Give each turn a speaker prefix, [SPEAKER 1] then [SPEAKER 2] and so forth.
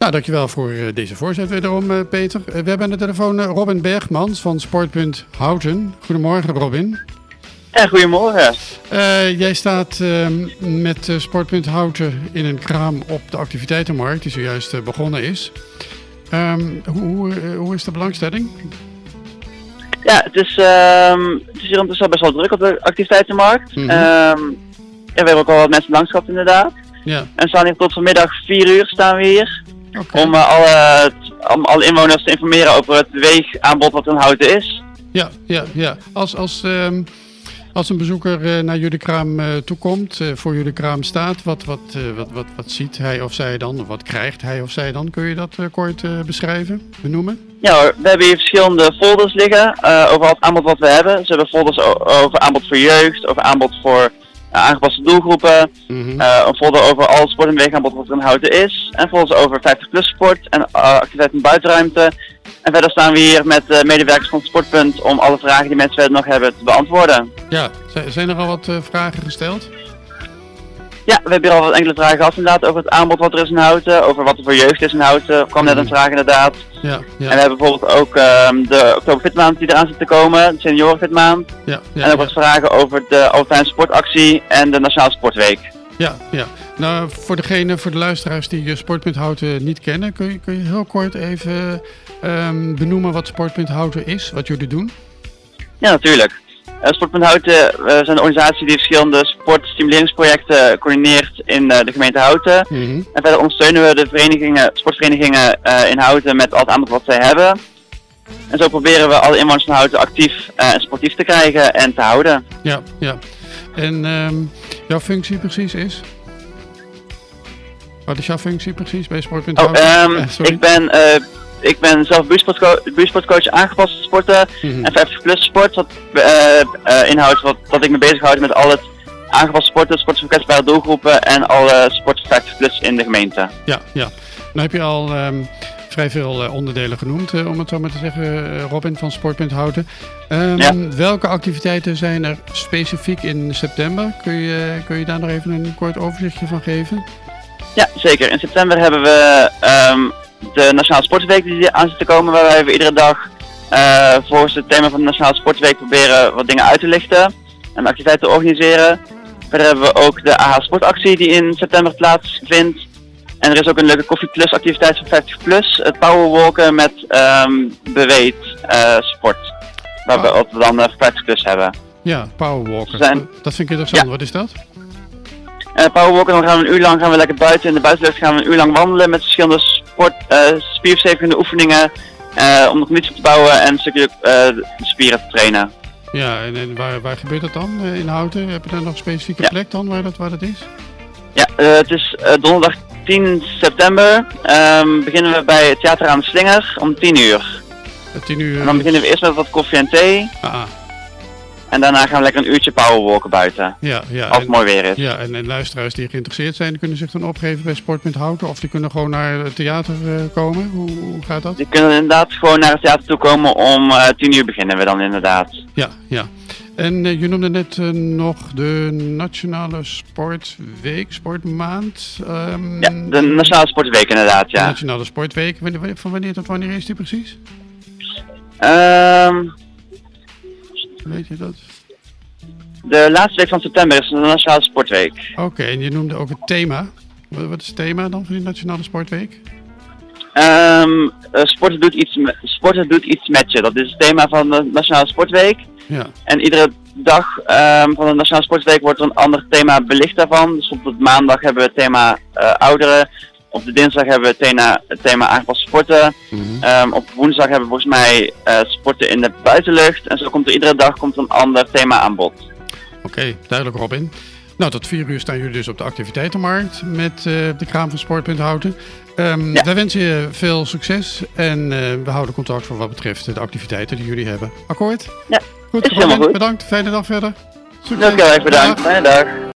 [SPEAKER 1] Nou, dankjewel voor deze voorzet wederom, Peter. We hebben aan de telefoon Robin Bergmans van Sportpunt Houten. Goedemorgen, Robin.
[SPEAKER 2] Ja, goedemorgen.
[SPEAKER 1] Jij staat met Sportpunt Houten in een kraam op de activiteitenmarkt die zojuist begonnen is. Hoe is de belangstelling?
[SPEAKER 2] Ja, het is hier ondertussen best wel druk op de activiteitenmarkt.
[SPEAKER 1] Mm-hmm.
[SPEAKER 2] We hebben ook al wat mensen langs gehad inderdaad.
[SPEAKER 1] Ja.
[SPEAKER 2] En we staan hier tot vanmiddag 4 uur staan we hier.
[SPEAKER 1] Okay.
[SPEAKER 2] Om alle inwoners te informeren over het weegaanbod wat er in Houten is.
[SPEAKER 1] Ja. Als een bezoeker naar jullie kraam toekomt, voor jullie kraam staat, wat ziet hij of zij dan? Of wat krijgt hij of zij dan? Kun je dat kort beschrijven, benoemen?
[SPEAKER 2] Ja hoor, we hebben hier verschillende folders liggen over het aanbod wat we hebben. Ze hebben folders over aanbod voor jeugd, over aanbod voor aangepaste doelgroepen.
[SPEAKER 1] Mm-hmm.
[SPEAKER 2] Een folder over al sport- en weegaanbod wat er in Houten is. En folders over 50+ sport en activiteiten in buitenruimte. En verder staan we hier met medewerkers van het Sportpunt om alle vragen die mensen verder nog hebben te beantwoorden.
[SPEAKER 1] Ja, zijn er al wat vragen gesteld?
[SPEAKER 2] Ja, we hebben hier al wat enkele vragen gehad inderdaad over het aanbod wat er is in Houten. Over wat er voor jeugd is in Houten. Er kwam net een vraag inderdaad.
[SPEAKER 1] Ja.
[SPEAKER 2] En we hebben bijvoorbeeld ook de Oktoberfitmaand die eraan zit te komen. De seniorenfitmaand.
[SPEAKER 1] Ja,
[SPEAKER 2] en ook wat vragen over de Alpijn Sportactie en de Nationale Sportweek.
[SPEAKER 1] Ja. Nou, voor de luisteraars die Sportpunt Houten niet kennen, kun je heel kort even benoemen wat Sportpunt Houten is, wat jullie doen?
[SPEAKER 2] Ja, natuurlijk. Sportpunt Houten zijn een organisatie die verschillende sportstimuleringsprojecten coördineert in de gemeente Houten.
[SPEAKER 1] Mm-hmm.
[SPEAKER 2] En verder ondersteunen we de sportverenigingen in Houten met al het aanbod wat zij hebben. En zo proberen we alle inwoners van Houten actief en sportief te krijgen en te houden.
[SPEAKER 1] Ja. En jouw functie precies is? Wat is jouw functie precies bij Sportpunt Houten?
[SPEAKER 2] Ik ben zelf buurtsportcoach aangepaste sporten en 50+ sport. Wat inhoudt dat ik me bezighoud met al het aangepaste sporten, sport voor kwetsbare doelgroepen en alle sport voor 50+ in de gemeente.
[SPEAKER 1] Ja. Nou heb je al vrij veel onderdelen genoemd, om het zo maar te zeggen, Robin van Sportpunt Houten. Welke activiteiten zijn er specifiek in september? Kun je daar nog even een kort overzichtje van geven?
[SPEAKER 2] Ja, zeker. In september hebben we de Nationale Sportweek die aan zit te komen, waarbij we iedere dag volgens het thema van de Nationale Sportweek proberen wat dingen uit te lichten en activiteiten te organiseren. Verder hebben we ook de AH Sportactie die in september plaatsvindt. En er is ook een leuke koffieplus activiteit voor 50+, het powerwalken met beweed sport, waar we dan 50+ hebben.
[SPEAKER 1] Ja, powerwalken. Dat vind ik interessant. Ja. Wat is dat?
[SPEAKER 2] Powerwalken, dan gaan we een uur lang lekker buiten in de buitenlucht gaan we een uur lang wandelen met verschillende spierverstevigende oefeningen om de conditie te bouwen en een stukje de spieren te trainen.
[SPEAKER 1] Ja, en waar gebeurt dat dan in Houten? Heb je daar nog een specifieke plek dan waar dat is?
[SPEAKER 2] Ja, het is donderdag 10 september. Beginnen we bij het Theater aan de Slinger om 10 uur.
[SPEAKER 1] 10 uur.
[SPEAKER 2] En dan beginnen we eerst met wat koffie en thee. En daarna gaan we lekker een uurtje powerwalken buiten.
[SPEAKER 1] Ja.
[SPEAKER 2] Als het mooi weer is.
[SPEAKER 1] Ja, en luisteraars die geïnteresseerd zijn, kunnen zich dan opgeven bij Sportpunt Houten of die kunnen gewoon naar het theater komen? Hoe gaat dat?
[SPEAKER 2] Die kunnen inderdaad gewoon naar het theater toe komen om 10 uur beginnen we dan inderdaad.
[SPEAKER 1] Ja. En je noemde net nog de Nationale Sportweek, Sportmaand.
[SPEAKER 2] Ja, de Nationale Sportweek inderdaad, ja.
[SPEAKER 1] De Nationale Sportweek. Van wanneer tot wanneer is die precies? Weet je dat?
[SPEAKER 2] De laatste week van september is de Nationale Sportweek.
[SPEAKER 1] Oké, en je noemde ook het thema. Wat is het thema dan van die Nationale Sportweek?
[SPEAKER 2] Sporten doet iets met je. Dat is het thema van de Nationale Sportweek. Ja. En iedere dag van de Nationale Sportweek wordt er een ander thema belicht daarvan. Dus op de maandag hebben we het thema ouderen. Op de dinsdag hebben we het thema aangepaste sporten. Mm-hmm. Op woensdag hebben we volgens mij sporten in de buitenlucht. En zo komt er iedere dag een ander thema aan bod.
[SPEAKER 1] Oké, duidelijk Robin. Nou, tot 4 uur staan jullie dus op de activiteitenmarkt met de kraam van Sportpunt Houten. Wij wensen je veel succes en we houden contact voor wat betreft de activiteiten die jullie hebben. Akkoord?
[SPEAKER 2] Ja,
[SPEAKER 1] goed,
[SPEAKER 2] is helemaal goed.
[SPEAKER 1] Bedankt. Fijne dag verder.
[SPEAKER 2] Succes. Dankjewel, bedankt. Fijne dag.